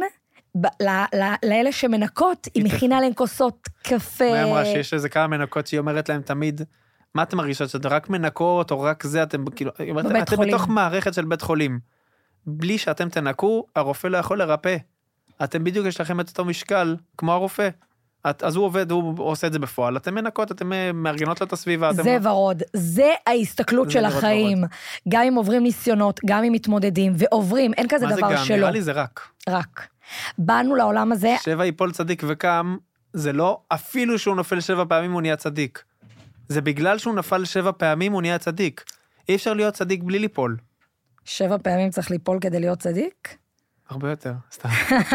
לאלה שמנקות, היא מכינה להן כוסות קפה. היא אמרה שיש איזה כמה מנקות שהיא אומרת להם תמיד, מה אתם מרגישות? שאתם רק מנקות, או רק זה, אתם כאילו, אתם בתוך מערכת של בית חולים. בלי שאתם תנקו, הרופא לא יכול לרפא. אתם בדיוק יש לכם את אותו משקל, כמו הרופא. אז הוא עובד, הוא עושה את זה בפועל. אתם מנקות, אתם מארגנות לו את הסביבה. זה ורוד. זה ההסתכלות של החיים. גם אם עוברים ניסיונות, גם אם מתמודדים, ועוברים, אין כזה דבר שלא. מה זה גם? נראה לי זה רק. רק. באנו לעולם הזה. 7 ייפול צדיק וקם, זה לא אפילו שהוא נופל 7 פעמים הוא נהיה צדיק. זה בגלל שהוא נפל 7 פעמים הוא נהיה צדיק. אי אפשר להיות צדיק בלי ליפול. 7 פעמים צריך ליפול כדי להיות צדיק? הרבה יותר, סתם.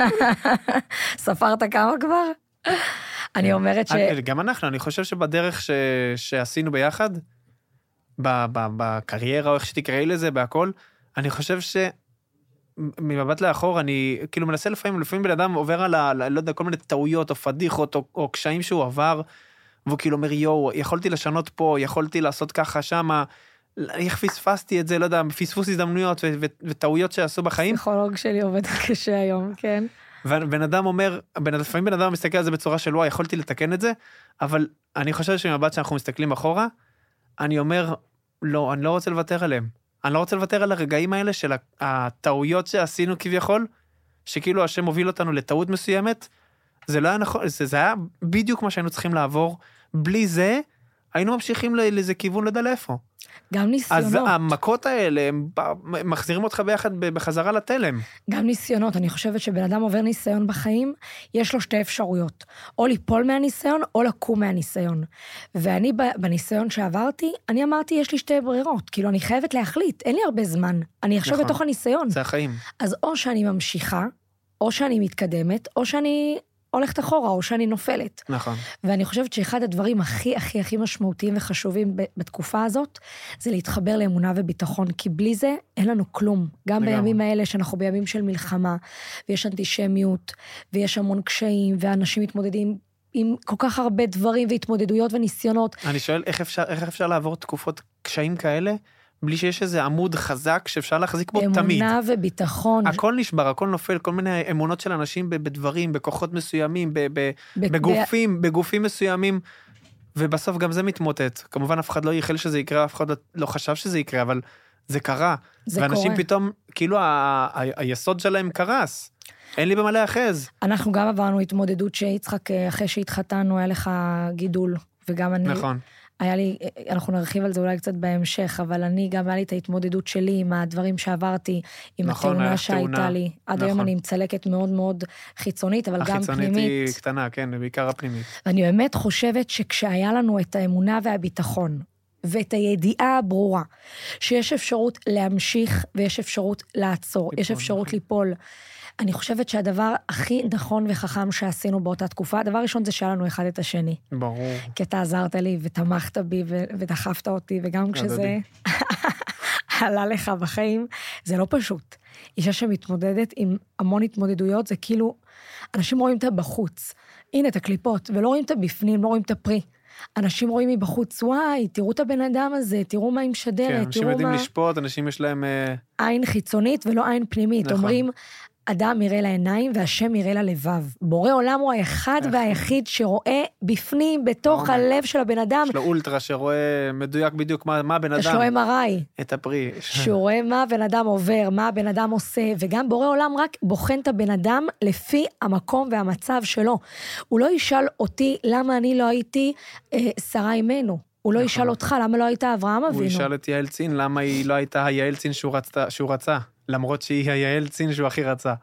ספרת כמה כבר? אני אומרת גם אנחנו, אני חושב שבדרך שעשינו ביחד, בקריירה, או איך שתקראי לזה, בהכל, אני חושב שמבט לאחור, אני כאילו מנסה לפעמים בן אדם עובר על, לא יודע, כל מיני טעויות, או פדיחות, או קשיים שהוא עבר, והוא כאילו אומר, יכולתי לשנות פה, יכולתי לעשות ככה שמה, איך פספסתי את זה, לא יודע, פספוס הזדמנויות וטעויות שעשו בחיים. פסיכולוג שלי עובד קשה היום, כן. ובן אדם אומר, לפעמים בן אדם מסתכל על זה בצורה של, יכולתי לתקן את זה, אבל אני חושב שמבט שאנחנו מסתכלים אחורה, אני אומר, לא, אני לא רוצה לוותר עליהם. אני לא רוצה לוותר על הרגעים האלה של הטעויות שעשינו כביכול, שכאילו השם הוביל אותנו לטעות מסוימת, זה לא היה נכון, זה היה בדיוק מה שהיינו צריכים לעבור, בלי זה, היינו ממשיכים לאיזה כיוון לדע לאיפה. גם ניסיונות. אז המכות האלה, הם מחזירים אותך ביחד בחזרה לתלם. גם ניסיונות. אני חושבת שבן אדם עובר ניסיון בחיים, יש לו 2 אפשרויות. או ליפול מהניסיון, או לקום מהניסיון. ואני בניסיון שעברתי, אני אמרתי, יש לי 2 ברירות. כאילו, אני חייבת להחליט. אין לי הרבה זמן. אני עכשיו בתוך הניסיון. זה החיים. אז או שאני ממשיכה, או שאני מתקדמת, או שאני הולכת אחורה, או שאני נופלת. נכון. ואני חושבת שאחד הדברים הכי, הכי, הכי משמעותיים וחשובים בתקופה הזאת, זה להתחבר לאמונה וביטחון, כי בלי זה אין לנו כלום. גם בימים האלה שאנחנו בימים של מלחמה, ויש אנטישמיות, ויש המון קשיים, ואנשים מתמודדים עם כל כך הרבה דברים והתמודדויות וניסיונות. אני שואל, איך אפשר לעבור תקופות קשיים כאלה, בלי שיש איזה עמוד חזק שאפשר להחזיק בו תמיד. אמונה וביטחון. הכל נשבר, הכל נופל, כל מיני אמונות של אנשים בדברים, בכוחות מסוימים, בגופים מסוימים, ובסוף גם זה מתמוטט. כמובן אף אחד לא ייחל שזה יקרה, אף אחד לא חשב שזה יקרה, אבל זה קרה. ואנשים פתאום, כאילו היסוד שלהם קרס. אין לי במה להאחז. אנחנו גם עברנו התמודדות שיצחק, אחרי שהתחתנו, היה לך גידול, וגם אני... נכון. היה לי, אנחנו נרחיב על זה אולי קצת בהמשך, אבל אני גם היה לי את ההתמודדות שלי עם הדברים שעברתי, עם התאונה שהייתה לי. עד היום אני מצלקת מאוד מאוד חיצונית, אבל גם פנימית. החיצונית היא קטנה, כן, בעיקר הפנימית. ואני באמת חושבת שכשהיה לנו את האמונה והביטחון, ואת הידיעה הברורה, שיש אפשרות להמשיך, ויש אפשרות לעצור, יש אפשרות ליפול. אני חושבת שהדבר הכי נכון וחכם שעשינו באותה תקופה, הדבר הראשון זה שהיה לנו אחד את השני. ברור. כי אתה עזרת לי ותמכת בי ודחפת אותי, וגם כשזה עלה לך בחיים, זה לא פשוט. אישה שמתמודדת עם המון התמודדויות, זה כאילו, אנשים רואים את הבחוץ, הנה את הקליפות, ולא רואים את הבפנים, לא רואים את הפרי. אנשים רואים מבחוץ, וואי, תראו את הבן אדם הזה, תראו מה היא משדרת, כן, אנשים יודעים לשפוט, אנשים יש להם... עין חיצונית ולא עין פנימית. נכון. אומרים, אדם יראה לעיניים והשם יראה ללבב. בורא עולם הוא האחד והיחיד שרואה בפנים, בתוך הלב של הבן אדם. יש לו אולטרה שרואה מדויק בדיוק מה הבן אדם. יש לו MRI. את הפרי. שהוא רואה מה הבן אדם עובר, מה הבן אדם עושה, וגם בורא עולם רק בוחן את הבן אדם לפי המקום והמצב שלו. הוא לא ישאל אותי למה אני לא הייתי שרה אימנו. הוא לא ישאל אותך למה לא היית אברהם אבינו. הוא ישאל את יעל צין למה היא לא הייתה היעל צין שהוא רצה. למרות שהיא היעל צין שהוא הכי רצה.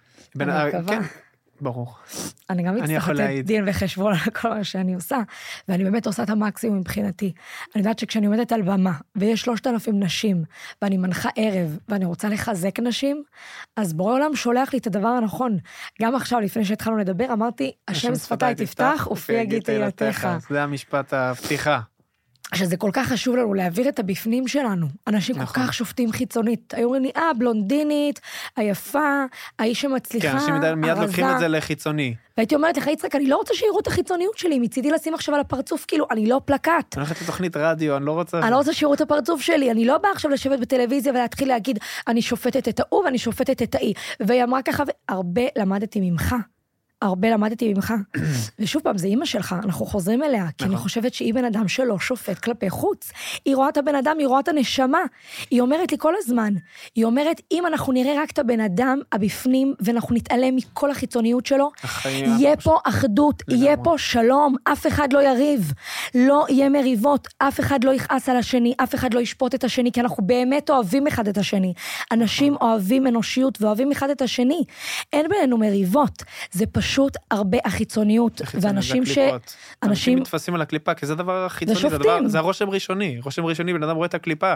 אני מקווה. כן, ברור. אני גם מצטרכת דין וחשבון על כל מה שאני עושה, ואני באמת עושה את המקסימום מבחינתי. אני יודעת שכשאני עומדת על במה, ויש 3,000 נשים, ואני מנחה ערב, ואני רוצה לחזק נשים, אז בורא עולם שולח לי את הדבר הנכון. גם עכשיו, לפני שהתחלנו לדבר, אמרתי, השם שפתיי תפתח, ופי יגיד תהילתך. זה המשפט הפתיחה. שזה כל כך חשוב לנו להעביר את הבפנים שלנו. אנשים כל כך שופטים חיצונית. היו אומרים לי, בלונדינית, היפה, האיש שמצליחה, כן, אנשים מיד לוקחים את זה לחיצוני. והייתי אומרת לך, יצחק, אני לא רוצה שיראו את החיצוניות שלי, מצידי לשים עכשיו על הפרצוף, כאילו, אני לא פלקט. אני הולכת לתוכנית רדיו, אני לא רוצה... אני לא רוצה שיראו את הפרצוף שלי, אני לא באה עכשיו לשבת בטלוויזיה ולהתחיל להגיד, אני שופטת את ההוא ואני שופטת את ההיא. והיא אמרה ככה, הרבה למדתי ממך. הרבה למדתי ממך, ושוב פעם, זה אימא שלך, אנחנו חוזרים אליה, כי אני חושבת שהיא בן אדם שלא שופט כלפי חוץ, היא רואה את הבן אדם, היא רואה את הנשמה, היא אומרת לי כל הזמן, היא אומרת, אם אנחנו נראה רק את הבן אדם הבפנים, ואנחנו נתעלם מכל החיצוניות שלו, יהיה פה אחדות, יהיה פה שלום, אף אחד לא יריב, לא יהיה מריבות, אף אחד לא יכעס על השני, אף אחד לא ישפוט את השני, כי אנחנו באמת אוהבים אחד את השני, אנשים אוהבים אנושיות, ואוהבים אחד את השני, אין בינינו מריבות, זה פשוט הרבה החיצוניות, ואנשים אנשים מתפסים על הקליפה, כי זה דבר החיצוני, זה הרושם ראשוני, רושם ראשוני, בן אדם רואה את הקליפה.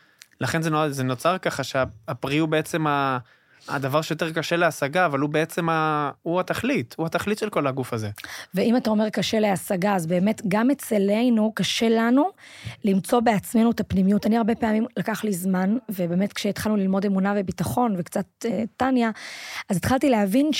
לכן זה נוצר ככה, שהפרי הוא בעצם הדבר שיותר קשה להשגה, אבל הוא בעצם, הוא התכלית של כל הגוף הזה. ואם אתה אומר קשה להשגה, אז באמת גם אצלנו קשה לנו למצוא בעצמנו את הפנימיות. אני הרבה פעמים לקח לי זמן, ובאמת כשהתחלנו ללמוד אמונה וביטחון, וקצת טניה, אז התחלתי להבין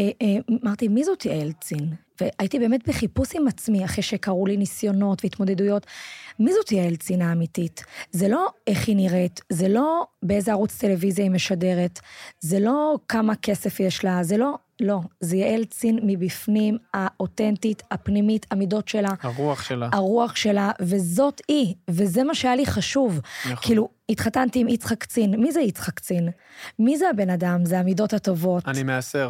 אמרתי, מי זאת יעל צין? והייתי באמת בחיפוש עם עצמי, אחרי שקראו לי ניסיונות והתמודדויות, מי זאת יעל צין האמיתית? זה לא איך היא נראית, זה לא באיזה ערוץ טלוויזיה היא משדרת, זה לא כמה כסף יש לה, זה לא, זה יעל צין מבפנים, האותנטית, הפנימית, המידות שלה. הרוח שלה, וזאת היא, וזה מה שהיה לי חשוב. נכון. כאילו, התחתנתי עם יצחק צין, מי זה יצחק צין? מי זה הבן אדם? זה המידות הטובות. אני מעשר.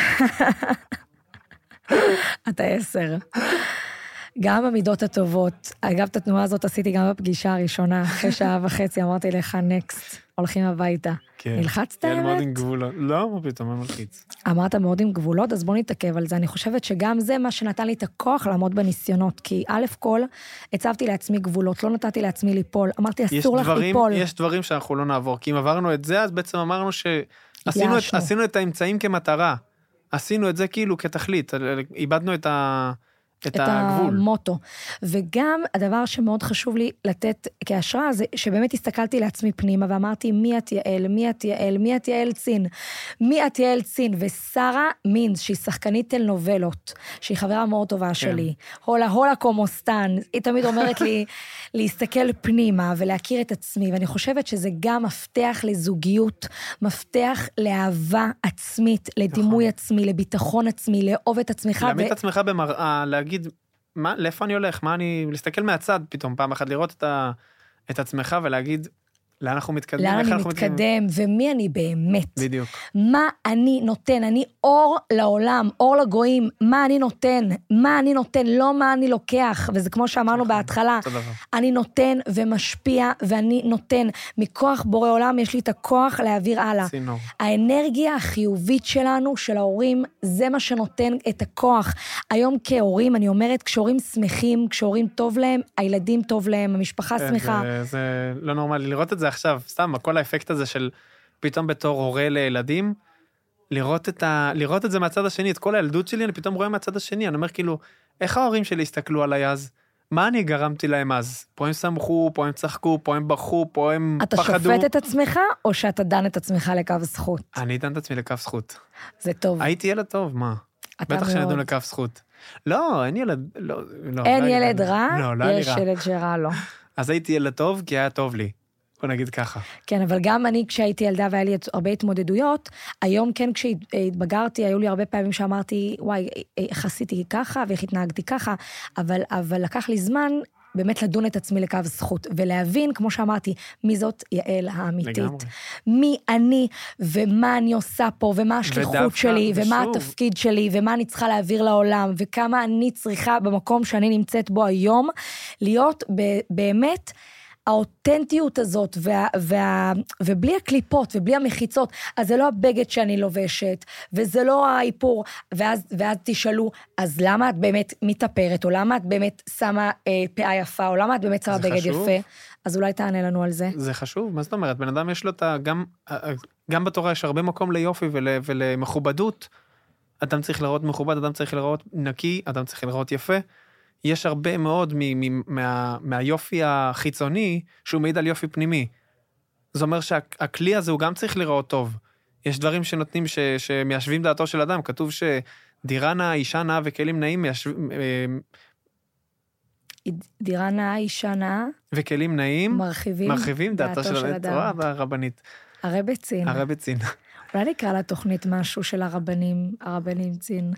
אתה 10. גם המידות הטובות. אגב, את התנועה הזאת עשיתי גם בפגישה הראשונה, אחרי שעה וחצי, אמרתי לך, נקסט, הולכים הביתה. כן. נלחצת האמת? כן, מאוד עם גבולות. לא, מה פתאום, אני מלחיץ. אמרת מאוד עם גבולות, אז בוא נתעכב על זה. אני חושבת שגם זה מה שנתן לי את הכוח לעמוד בניסיונות, כי א' כל, הצבתי לעצמי גבולות, לא נתתי לעצמי ליפול, אמרתי, אסור לך ליפול. יש דברים שאנחנו לא נעבור, כי אם עברנו את זה, אז בעצם אמרנו שעשינו את האמצעים כמטרה. עשינו את זה כאילו כתכלית, איבדנו את הגבול. המוטו. וגם הדבר שמאוד חשוב לי לתת כהשראה, זה שבאמת הסתכלתי לעצמי פנימה, ואמרתי, מי את יעל, מי את יעל, מי את יעל צין, מי את יעל צין, ושרה מינס, שהיא שחקנית טלנובלות, שהיא חברה מאוד טובה שלי, הולה קומוסטן, היא תמיד אומרת לי, להסתכל פנימה ולהכיר את עצמי, ואני חושבת שזה גם מפתח לזוגיות, מפתח לאהבה עצמית, לדימוי עצמי, לביטחון עצמי, לאהוב את עצמך. להעמיד את עצמך במראה, להגיד, לאיפה אני הולך, להסתכל מהצד פתאום, פעם אחת לראות את עצמך ולהגיד, לאן אנחנו מתקדמים, לאן אני מתקדם, ומי אני באמת. בדיוק. מה אני נותן, אני אור לעולם, אור לגויים, מה אני נותן, לא מה אני לוקח, וזה כמו שאמרנו בהתחלה, אני נותן ומשפיע, ואני נותן, מכוח בורא עולם, יש לי את הכוח להעביר הלאה. צינור. האנרגיה החיובית שלנו, של ההורים, זה מה שנותן את הכוח. היום כהורים, אני אומרת, כשהורים שמחים, כשהורים טוב להם, הילדים טוב להם, המשפחה שמחה. זה לא נורמלי, לראות את זה עכשיו, סתם, כל האפקט הזה של פתאום בתור הורה לילדים, לראות את זה מהצד השני, את כל הילדות שלי, אני פתאום רואה מהצד השני, אני אומר כאילו, איך ההורים שלי הסתכלו עליי אז? מה אני גרמתי להם אז? פה הם שמחו, פה הם צחקו, פה הם בכו, פה הם פחדו. אתה שופט את עצמך, או שאתה דן את עצמך לקו זכות? אני דן את עצמי לקו זכות. זה טוב. הייתי ילד טוב, מה? בטח שנדון לקו זכות. לא, אין ילד, לא. אין ילד רע, יש ילד שרע לו. אז הייתי ילד טוב, כי היה טוב לי. בוא נגיד ככה. כן, אבל גם אני, כשהייתי ילדה והיה לי הרבה התמודדויות, היום כן, כשהתבגרתי, היו לי הרבה פעמים שאמרתי, וואי, איך עשיתי ככה, ואיך התנהגתי ככה, אבל לקח לי זמן, באמת לדון את עצמי לקו זכות, ולהבין, כמו שאמרתי, מי זאת יעל האמיתית. לגמרי. מי אני, ומה אני עושה פה, ומה השליחות שלי, ומה התפקיד שלי, ומה אני צריכה להעביר לעולם, וכמה אני צריכה במקום שאני נמצאת בו היום, להיות באמת האותנטיות הזאת, ובלי הקליפות, ובלי המחיצות, אז זה לא הבגד שאני לובשת, וזה לא האיפור, ואז תשאלו, אז למה את באמת מתאפרת, או למה את באמת שמה פאה יפה, או למה את באמת שמה בגד יפה? אז אולי תענה לנו על זה. זה חשוב, מה זאת אומרת? בן אדם יש לו גם בתורה יש הרבה מקום ליופי ולמכובדות, אדם צריך לראות מכובד, אדם צריך לראות נקי, אדם צריך לראות יפה, יש הרבה מאוד מהיופי החיצוני, שהוא מעיד על יופי פנימי. זאת אומרת שהכלי הזה הוא גם צריך לראות טוב. יש דברים שנותנים שמיישבים דעתו של אדם, כתוב שדירה נאה, אישה נאה וכלים נאים דירה נאה, אישה נאה. וכלים נאים. מרחיבים דעתו של אדם. הרבנית. הרבי צין. אולי נקרא לתוכנית משהו של הרבנים צין.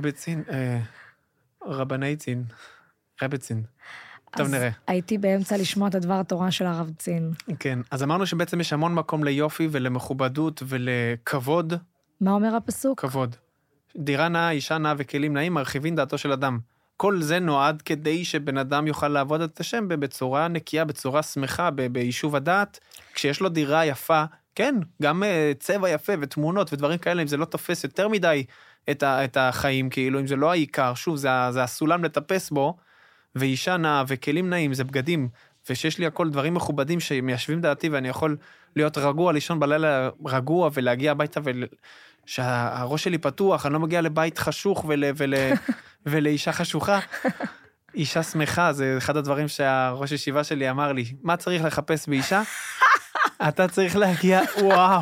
רבני צין. רבי צין. טוב, נראה. הייתי באמצע לשמוע את הדבר התורה של הרב צין. כן, אז אמרנו שבעצם יש המון מקום ליופי ולמכובדות ולכבוד. מה אומר הפסוק? כבוד. דירה נאה, אישה נאה וכלים נאים, מרחיבים דעתו של אדם. כל זה נועד כדי שבן אדם יוכל לעבוד את השם בצורה נקייה, בצורה שמחה, ביישוב הדעת. כשיש לו דירה יפה, כן, גם צבע יפה ותמונות ודברים כאלה, אם זה לא תופס יותר מדי את החיים, כאילו, אם זה לא העיקר, שוב, זה הסולם לטפס בו, ואישה נאה וכלים נאים, זה בגדים, ושיש לי הכל דברים מכובדים שמיישבים דעתי, ואני יכול להיות רגוע, לישון בלילה רגוע, ולהגיע הביתה, שהראש שלי פתוח, אני לא מגיע לבית חשוך, ולאישה חשוכה. אישה שמחה, זה אחד הדברים שהראש ישיבה שלי אמר לי, מה צריך לחפש באישה? אתה צריך להגיע, וואו.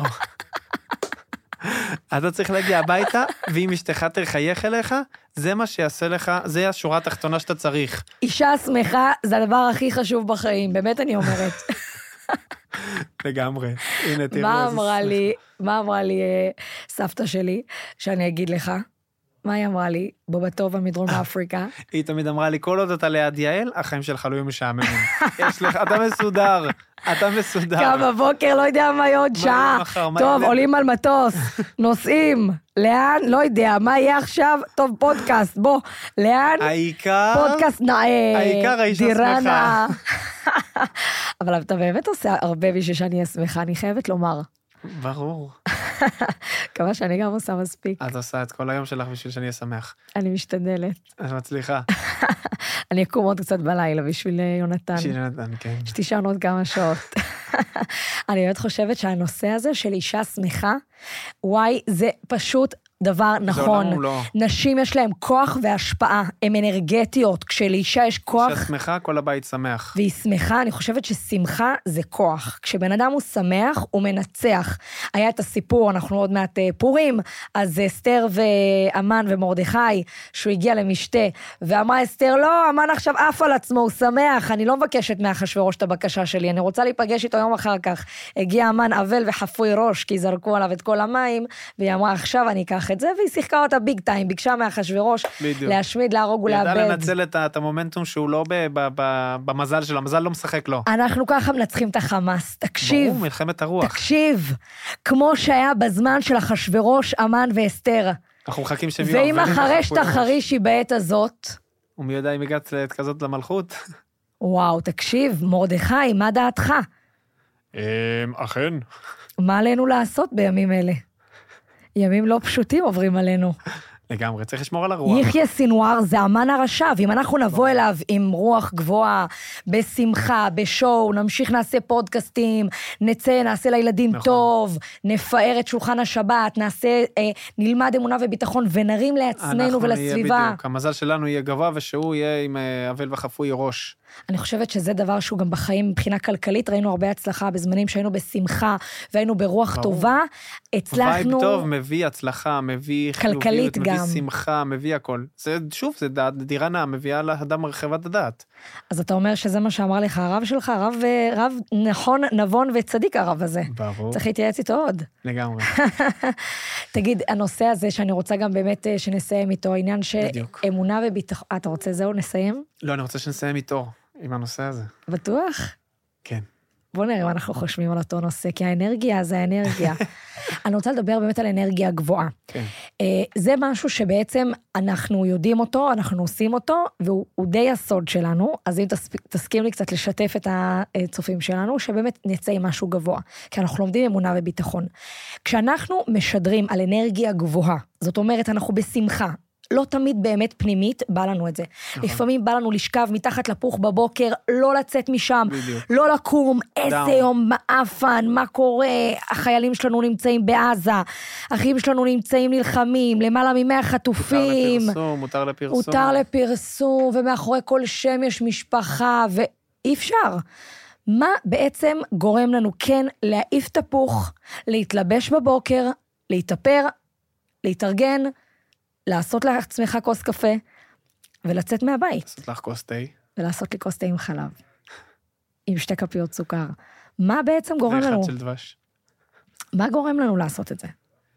אתה צריך להגיע הביתה, ואם אשתך תחייך אליך, זה מה שיעשה לך, זה השורה התחתונה שאתה צריך. אישה שמחה זה הדבר הכי חשוב בחיים, באמת אני אומרת. לגמרי. הנה, תראו. מה אמרה לי סבתא שלי, שאני אגיד לך? מה היא אמרה לי? בובה טובה מדרום אפריקה. היא תמיד אמרה לי, כל עוד אתה ליד יעל, החיים שלך לא יהיו משעממים. יש לך, אתה מסודר. קם בבוקר, לא יודע מה יהיה עוד שעה. טוב, עולים על מטוס, נוסעים. לאן? לא יודע. מה יהיה עכשיו? טוב, פודקאסט, בוא. לאן? העיקר... פודקאסט נאה. העיקר האישה שמחה. אבל אתה באמת עושה הרבה בשביל שאני אהיה שמחה, אני חייבת לומר. ברור. כמה שאני גם עושה מספיק. את עושה את כל היום שלך בשביל שאני אשמח. אני משתדלת. את מצליחה. אני אקום עוד קצת בלילה בשביל יונתן. בשביל יונתן, כן. שתישן עוד כמה שעות. אני באמת חושבת שהנושא הזה של אישה שמחה, וואי, זה פשוט דבר נכון. לא. נשים יש להם כוח והשפעה, הן אנרגטיות, כשלאישה יש כוח... כשאת שמחה, כל הבית שמח. והיא שמחה, אני חושבת ששמחה זה כוח. כשבן אדם הוא שמח, הוא מנצח. היה את הסיפור, אנחנו עוד מעט פורים, אז אסתר ואמן ומרדכי, שהוא הגיע למשתה, ואמרה אסתר, לא, אמן עכשיו עף על עצמו, הוא שמח, אני לא מבקשת מאחשוורוש את הבקשה שלי, אני רוצה להיפגש איתו יום אחר כך. הגיע אמן אבל וחפוי ראש, כי זרקו עליו את כל המים, והיא אמרה, עכשיו אני אקח את זה, והיא שיחקה אותה ביג טיים, ביקשה מאחשוורוש להשמיד, להרוג ולאבד. ידע לנצל את המומנטום שהוא לא במזל שלו, המזל לא משחק לו. אנחנו ככה מנצחים את החמאס, תקשיב. ברור, מלחמת הרוח. תקשיב, כמו שהיה בזמן של אחשוורוש, המן ואסתר. אנחנו מחכים שהם יהיו ואם החרש תחרישי בעת הזאת... ומי יודע אם הגעת לעת כזאת למלכות? וואו, תקשיב, מרדכי, מה דעתך? אכן. מה עלינו לעשות בימים אלה? ימים לא פשוטים עוברים עלינו. לגמרי, צריך לשמור על הרוח. יחיה סינואר זה המן הרשע, ואם אנחנו נבוא אליו עם רוח גבוהה, בשמחה, בשואו, נמשיך נעשה פודקאסטים, נצא, נעשה לילדים טוב, נפאר את שולחן השבת, נלמד אמונה וביטחון, ונרים לעצמנו ולסביבה. בדיוק, המזל שלנו יהיה גבוה, ושהוא יהיה עם אבל וחפוי ראש. אני חושבת שזה דבר שהוא גם בחיים מבחינה כלכלית, ראינו הרבה הצלחה בזמנים שהיינו בשמחה, והיינו ברוח טובה, הצלחנו... וייב טוב מביא הצלחה, מביא חיוביות, מביא שמחה, מביא הכל. זה, שוב, זה דירה נאה, מביאה לאדם הרחבת הדעת. אז אתה אומר שזה מה שאמר לך הרב שלך, רב נכון, נבון וצדיק הרב הזה. ברור. צריך להתייעץ איתו עוד. לגמרי. תגיד, הנושא הזה שאני רוצה גם באמת שנסיים איתו, העניין שאמונה וביטחון... אתה רוצה זהו, נסיים? לא, אני רוצה שנסיים איתו, עם הנושא הזה. בטוח? כן. בוא נראה מה אנחנו חושבים על אותו נושא, כי האנרגיה זה האנרגיה. אני רוצה לדבר באמת על אנרגיה גבוהה. כן. זה משהו שבעצם אנחנו יודעים אותו, אנחנו עושים אותו, והוא די הסוד שלנו, אז אם תסכים לי קצת לשתף את הצופים שלנו, שבאמת נצא עם משהו גבוה, כי אנחנו לומדים אמונה וביטחון. כשאנחנו משדרים על אנרגיה גבוהה, זאת אומרת, אנחנו בשמחה, לא תמיד באמת פנימית, בא לנו את זה. נכון. לפעמים בא לנו לשכב מתחת לפוך בבוקר, לא לצאת משם, בדיוק. לא לקום, איזה יום מאפן, מה קורה, החיילים שלנו נמצאים בעזה, אחים שלנו נמצאים נלחמים, למעלה מ100 חטופים. מותר לפרסום. מותר לפרסום, ומאחורי כל שם יש משפחה, ואי אפשר. מה בעצם גורם לנו כן להעיף תפוך, להתלבש בבוקר, להתאפר, להתארגן, לעשות לעצמך כוס קפה, ולצאת מהבית. לעשות לך כוס תה. ולעשות לי כוס תה עם חלב. עם 2 כפיות סוכר. מה בעצם גורם לנו? ואחד של דבש. מה גורם לנו לעשות את זה?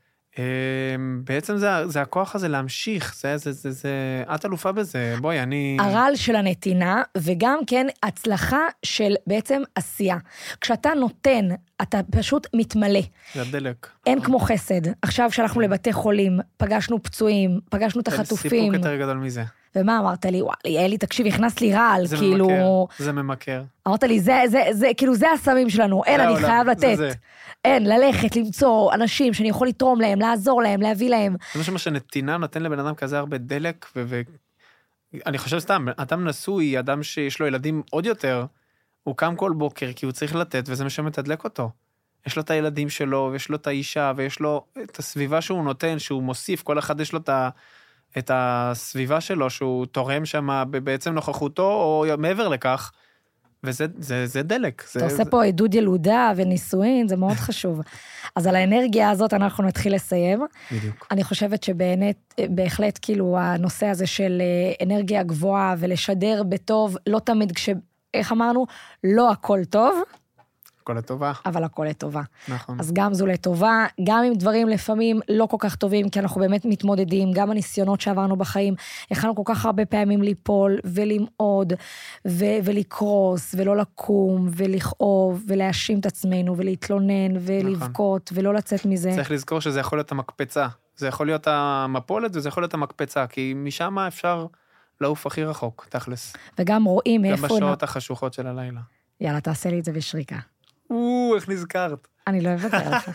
בעצם זה הכוח הזה להמשיך, את אלופה בזה, בואי, אני... הרעל של הנתינה, וגם כן הצלחה של בעצם עשייה. כשאתה נותן, אתה פשוט מתמלא. זה הדלק. אין כמו חסד. עכשיו שהלכנו לבתי חולים, פגשנו פצועים, פגשנו את החטופים. סיפוק יותר גדול מזה. ומה אמרת לי? וואי, אלי, תקשיב, הכנסת לי רעל, כאילו... זה ממכר. אמרת לי, כאילו, זה הסמים שלנו, אין, אני חייב לתת. אין, ללכת, למצוא אנשים שאני יכול לתרום להם, לעזור להם, להביא להם. זה מה שנתינה נותן לבן אדם כזה הרבה דלק, אני חושב סתם, אדם נשוי, אדם שיש לו ילדים עוד יותר, הוא קם כל בוקר, כי הוא צריך לתת, וזה מה שמתדלק אותו. יש לו את הילדים שלו, ויש לו את האישה, ויש לו את הסביבה שהוא נותן, שהוא מוסיף, כל אחד יש לו את הסביבה שלו, שהוא תורם שם בעצם נוכחותו, או מעבר לכך, וזה דלק. אתה עושה פה עידוד ילודה ונישואין, זה מאוד חשוב. אז על האנרגיה הזאת אנחנו נתחיל לסיים. בדיוק. אני חושבת שבהחלט כאילו הנושא הזה של אנרגיה גבוהה ולשדר בטוב, לא תמיד איך אמרנו, לא הכל טוב. הכל לטובה. אבל הכל לטובה. נכון. אז גם זו לטובה, גם עם דברים לפעמים לא כל כך טובים, כי אנחנו באמת מתמודדים, גם הניסיונות שעברנו בחיים, יכלנו כל כך הרבה פעמים ליפול ולמעוד, ולקרוס, ולא לקום, ולכאוב, ולהאשים את עצמנו, ולהתלונן, ולבכות, ולא לצאת מזה. צריך לזכור שזה יכול להיות המקפצה. זה יכול להיות המפולת, וזה יכול להיות המקפצה, כי משם אפשר לעוף הכי רחוק, תכלס. וגם רואים איפה... גם בשעות החשוכות של הלילה. יאללה, תעשה לי את זה בשריקה. איך נזכרת. אני לא אוותר לך.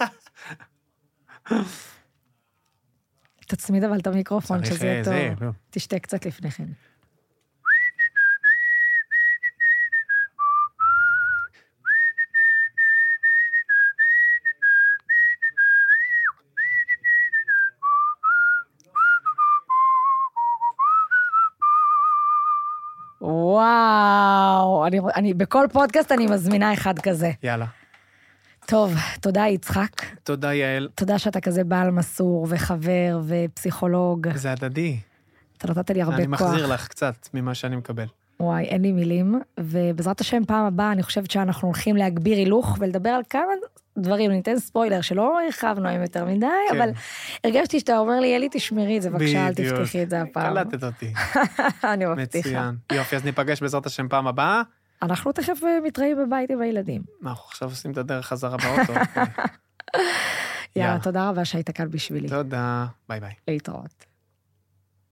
תצמיד אבל את המיקרופון שזה יהיה טוב. תשתה קצת לפני כן. אני בכל פודקאסט אני מזמינה אחד כזה. יאללה. טוב, תודה יצחק. תודה יעל. תודה שאתה כזה בעל מסור וחבר ופסיכולוג. זה הדדי. אתה נתת לי הרבה כוח. אני מחזיר לך קצת ממה שאני מקבל. וואי, אין לי מילים, ובעזרת השם פעם הבאה אני חושבת שאנחנו הולכים להגביר הילוך ולדבר על כמה דברים, ניתן ספוילר שלא הרחבנו הם יותר מדי, כן. אבל הרגשתי שאתה אומר לי, אלי תשמרי את זה, בבקשה, אל תפתחי את זה הפעם. קלטת אותי. אני מבטיחה. מצוין. יופי, אז ניפגש בעזרת השם פעם הבאה. אנחנו תכף מתראים בבית עם הילדים. אנחנו עכשיו עושים את הדרך חזרה באוטו. יאללה, תודה רבה שהיית כאן בשבילי. תודה, ביי ביי. להתראות.